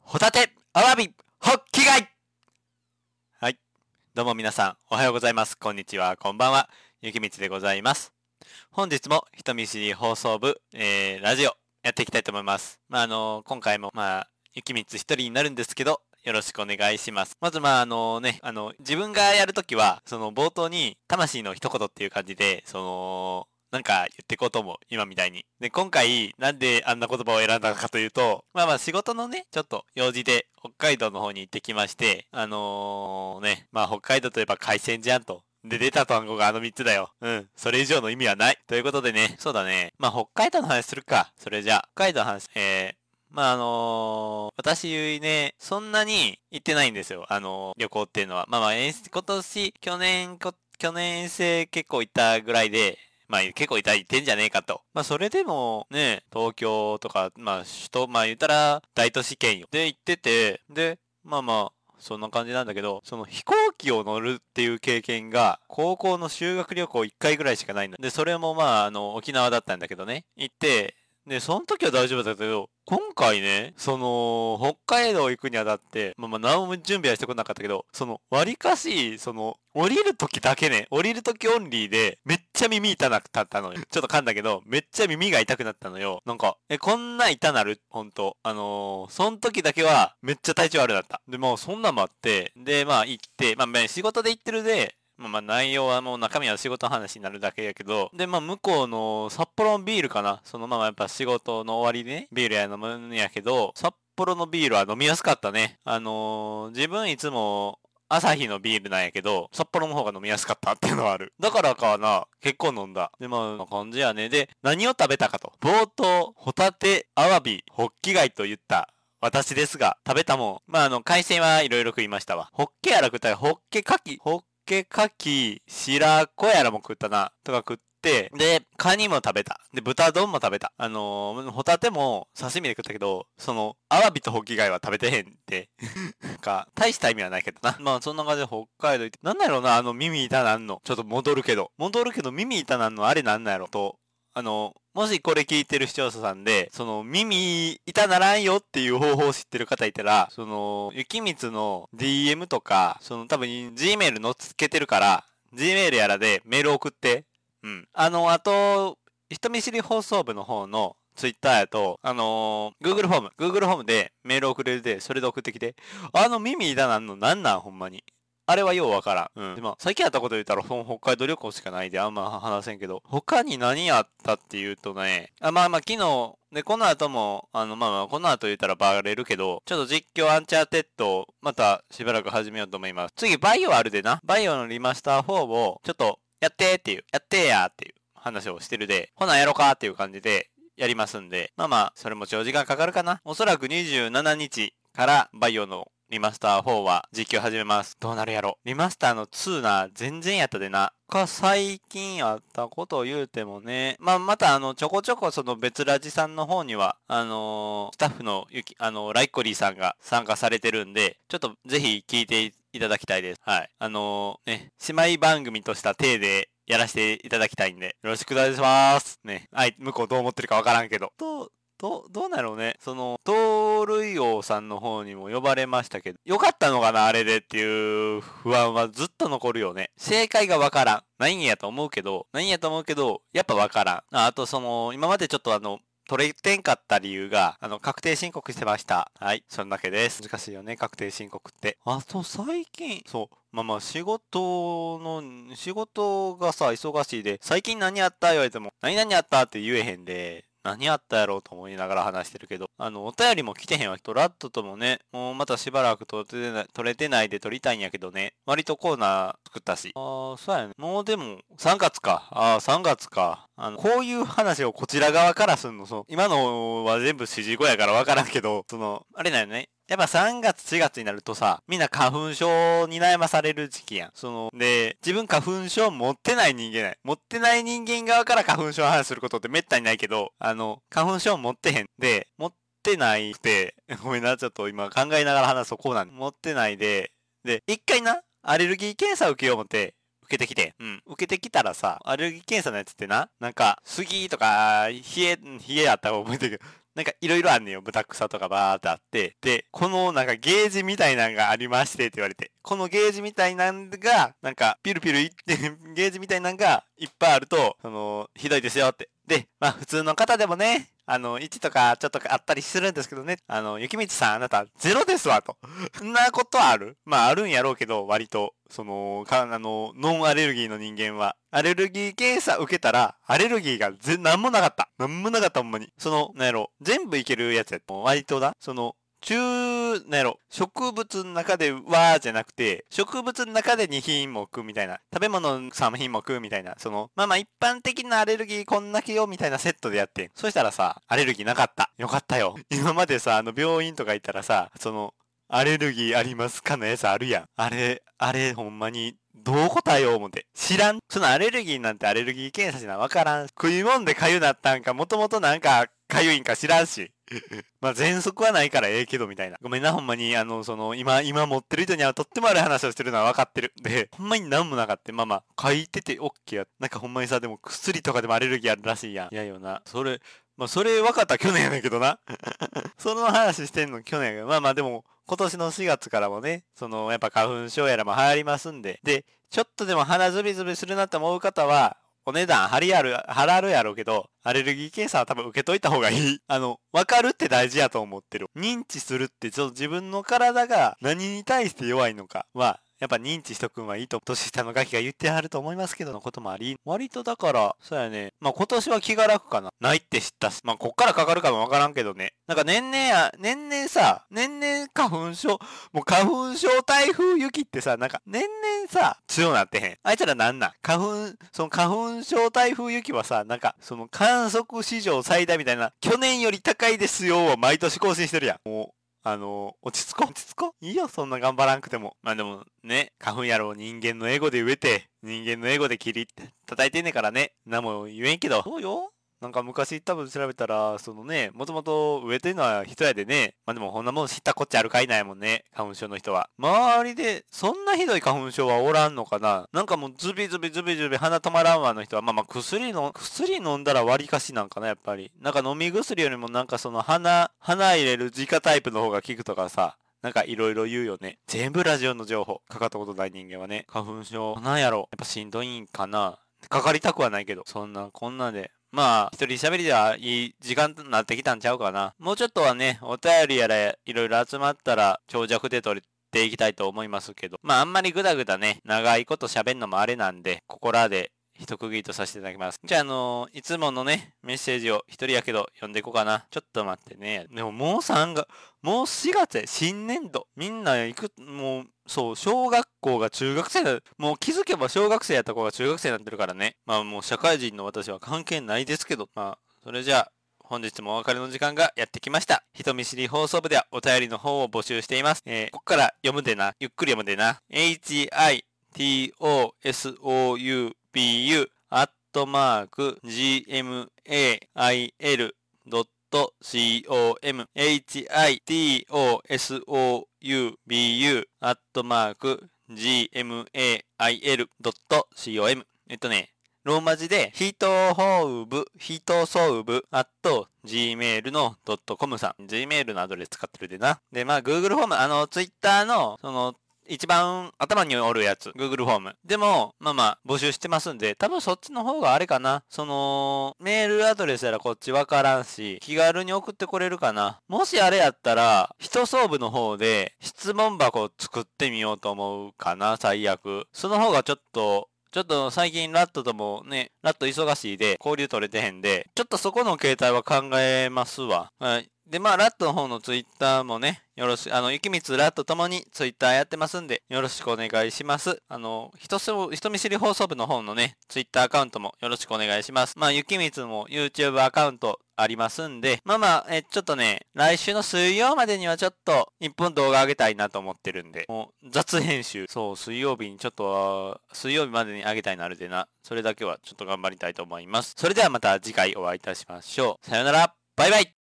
ホタテ、アワビ、ホッキ貝。はい。どうも皆さん、おはようございます。こんにちは、こんばんは。ゆきみつでございます。本日も人見知り放送部、ラジオやっていきたいと思います。今回も、ゆきみつ一人になるんですけど、よろしくお願いします。まず、自分がやるときは、冒頭に、魂の一言っていう感じで、なんか言っていこうと思う。今みたいに。で、今回、なんであんな言葉を選んだかというと、仕事のね、ちょっと用事で北海道の方に行ってきまして、北海道といえば海鮮じゃんと。で、出た単語があの3つだよ。うん。それ以上の意味はない。ということでね、そうだね。北海道の話するか。それじゃあ、北海道の話、私ね、そんなに行ってないんですよ。旅行っていうのは。今年、去年遠征結構行ったぐらいで、結構行ってんじゃねえかと。それでもね、東京とか、首都、言ったら大都市圏よ。で、行ってて、で、そんな感じなんだけど、その飛行機を乗るっていう経験が、高校の修学旅行1回ぐらいしかないんだ。で、それも沖縄だったんだけどね。行って、で、その時は大丈夫だったけど、今回ね、北海道行くにあたって、何も準備はしてこなかったけど、割かし、降りる時だけね、降りる時オンリーで、めっちゃ耳痛なったのよ。ちょっと噛んだけど、めっちゃ耳が痛くなったのよ。なんか、こんな痛なるほんと。その時だけは、めっちゃ体調悪かった。で、そんなんもあって、で、行って、仕事で行ってるで、内容はもう中身は仕事の話になるだけやけど、で、向こうの札幌のビールかな。やっぱ仕事の終わりでね、ビールや飲むんやけど、札幌のビールは飲みやすかったね。自分いつも、朝日のビールなんやけど、札幌の方が飲みやすかったっていうのはある。だからかな、結構飲んだ。で、こんな感じやね。で、何を食べたかと。冒頭、ホタテ、アワビ、ホッキ貝と言った私ですが、食べたもん。海鮮はいろいろ食いましたわ。ホッケやら食ったら、ホッケカキ、白子やらも食ったな。とか食って、で、カニも食べた。で、豚丼も食べた。ホタテも刺身で食ったけど、アワビとホッキ貝は食べてへんって。大した意味はないけどな。そんな感じで北海道行って。なんだろうな、耳痛なんの。ちょっと戻るけど、耳痛なんのあれなんなんやろと。もしこれ聞いてる視聴者さんで、耳痛ならんよっていう方法を知ってる方いたら、ゆきみつの DM とか、多分 Gmail のつけてるから、Gmail やらでメール送って。うん。あと、人見知り放送部の方の Twitter やと、Google フォームでメール送れるで、それで送ってきて。耳痛なんのなんなんほんまに。あれはようわからん。うん。でも、最近やったこと言ったら、北海道旅行しかないであんま話せんけど、他に何あったっていうとね、昨日、で、この後も、この後言ったらバレるけど、ちょっと実況アンチャーテッド、またしばらく始めようと思います。次、バイオあるでな。バイオのリマスター4を、ちょっと、やってっていう、やってやっていう話をしてるで、ほなやろかっていう感じで、やりますんで、それも長時間かかるかな。おそらく27日からバイオのリマスター4は実況始めます。どうなるやろ。リマスターの2な、全然やったでな。最近あったことを言うてもね。またちょこちょこその別ラジさんの方には、スタッフのライコリーさんが参加されてるんで、ちょっとぜひ聞いていただきたいです。はい。姉妹番組とした体でやらせていただきたいんで、よろしくお願いします。ね。向こうどう思ってるかわからんけど。どうなのね。盗塁王さんの方にも呼ばれましたけど、よかったのかなあれでっていう不安はずっと残るよね。正解がわからん。ないんやと思うけど、やっぱわからん。あと今までちょっと取れてんかった理由が、確定申告してました。はい。そんだけです。難しいよね、確定申告って。あと最近、そう。仕事がさ、忙しいで、最近何やった言われても、何々やったって言えへんで、何やったやろうと思いながら話してるけど、お便りも来てへんわ。ラットともね、もうまたしばらく撮れてないで撮りたいんやけどね、割とコーナー作ったし。そうやね。もうでも、3月か。3月か。こういう話をこちら側からすんの、今のは全部指示語やからわからんけど、あれだよね。やっぱ3月4月になるとさ、みんな花粉症に悩まされる時期やん。で、自分花粉症持ってない人間ない。持ってない人間側から花粉症の話することってめったにないけど、花粉症持ってへん。で、持ってないくて、ごめんな、ちょっと今考えながら話そうこうなん持ってないで、で、一回な、アレルギー検査を受けよう思って、受けてきて。うん。受けてきたらさ、アレルギー検査のやつってな、なんか、杉とか、冷えあったら覚えてるけど、 なんかいろいろあんねんよ。ブタクサとかバーってあって。で、このなんかゲージみたいなんがありましてって言われて。このゲージみたいなんが、なんかピルピルいって、ゲージみたいなんがいっぱいあると、ひどいですよって。で、まあ普通の方でもね、1とかちょっとあったりするんですけどね。雪道さんあなたゼロですわと。そんなことある？まああるんやろうけど、割と、ノンアレルギーの人間は。アレルギー検査受けたら、アレルギーがなんもなかった。なんもなかったほんまに。なんやろ、全部いけるやつやった。割とだ。なんやろ、植物の中ではじゃなくて、植物の中で2品目みたいな。食べ物3品目みたいな。まあまあ一般的なアレルギーこんだけよみたいなセットでやってん。そしたらさ、アレルギーなかった。よかったよ。今までさ、病院とか行ったらさ、アレルギーありますかのやつあるやん。あれほんまに、どう答えよう思って。知らん。そのアレルギーなんてアレルギー検査じゃわからん。食い物で痒なったんか、もともとなんか痒いんか知らんし。まあ、喘息はないからええけど、みたいな。ごめんな、ほんまに、今持ってる人にはとっても悪い話をしてるのは分かってる。で、ほんまになんもなかった。まあまあ、書いててオッケーや。なんかほんまにさ、でも薬とかでもアレルギーあるらしいやん。いやよな。まあ、それ分かった去年やねんけどな。その話してんの去年やけど、まあまあでも、今年の4月からもね、やっぱ花粉症やらも流行りますんで、で、ちょっとでも鼻ズビズビするなって思う方は、お値段払うやろうけど、アレルギー検査は多分受けといた方がいい。わかるって大事やと思ってる。認知するって、自分の体が何に対して弱いのかは、やっぱ認知しとくんはいいと、年下のガキが言ってはると思いますけどのこともあり、割とだから、そうやね。まあ今年は気が楽かな。ないって知ったし。まあこっからかかるかもわからんけどね。なんか年々花粉症、もう花粉症台風雪ってさ、なんか年々さ、強なってへん。あいつらなんなん花粉症台風雪はさ、なんか、観測史上最大みたいな、去年より高いですよを毎年更新してるやん。もう、落ち着こう。いいよ、そんな頑張らんくても。まあでもね、花粉やろう人間のエゴで植えて、人間のエゴで切りって叩いてんねんからね。なんも言えんけど。そうよ。なんか昔多分調べたら、もともと植えてるのは人やでね。まあでもこんなもん知ったこっちゃあるかいないもんね。花粉症の人は。周りで、そんなひどい花粉症はおらんのかな。なんかもうズビズビズビズビ鼻止まらんわの人は、まあまあ薬飲んだら割かしなんかな、やっぱり。なんか飲み薬よりもなんか鼻入れる自家タイプの方が効くとかさ。なんかいろいろ言うよね。全部ラジオの情報。かかったことない人間はね。花粉症。なんやろ。やっぱしんどいんかな。かかりたくはないけど。そんなこんなで。まあ、一人喋りではいい時間となってきたんちゃうかな。もうちょっとはね、お便りやらいろいろ集まったら長尺で撮っていきたいと思いますけど。まあ、あんまりぐだぐだね、長いこと喋んのもあれなんで、ここらで一区切りとさせていただきます。じゃあ、いつものね、メッセージを一人やけど読んでいこうかな。ちょっと待ってね。でももう4月や、新年度。みんなもう、そう、小学校が中学生だ。もう気づけば小学生やった子が中学生になってるからね。まあもう社会人の私は関係ないですけど。まあ、それじゃあ、本日もお別れの時間がやってきました。人見知り放送部ではお便りの方を募集しています。ここから読むでな。ゆっくり読むでな。HITOSOUBU アットマーク gmail.com HITOSOUBU アットマーク gmail.com ローマ字で、ヒトソウブ、gmail の .com さん。gmail のアドレス使ってるでな。で、まあ、Google フォーム、Twitter の、一番頭におるやつ、Google フォーム。でも、まあまあ、募集してますんで、多分そっちの方があれかな。メールアドレスやらこっちわからんし、気軽に送ってこれるかな。もしあれやったら、人総部の方で質問箱を作ってみようと思うかな、最悪。その方がちょっと最近ラットともね、ラット忙しいで交流取れてへんで、ちょっとそこの形態は考えますわ。はい。で、まあ、ラットの方のツイッターもね、よろしく、ゆきみつラットともにツイッターやってますんで、よろしくお願いします。人見知り放送部の方のね、ツイッターアカウントもよろしくお願いします。まあ、ゆきみつも YouTube アカウントありますんで、まあまあ、ちょっとね、来週の水曜までにはちょっと一本動画上げたいなと思ってるんで、もう雑編集、そう、水曜日までに上げたいなるでな、それだけはちょっと頑張りたいと思います。それではまた次回お会いいたしましょう。さよなら、バイバイ。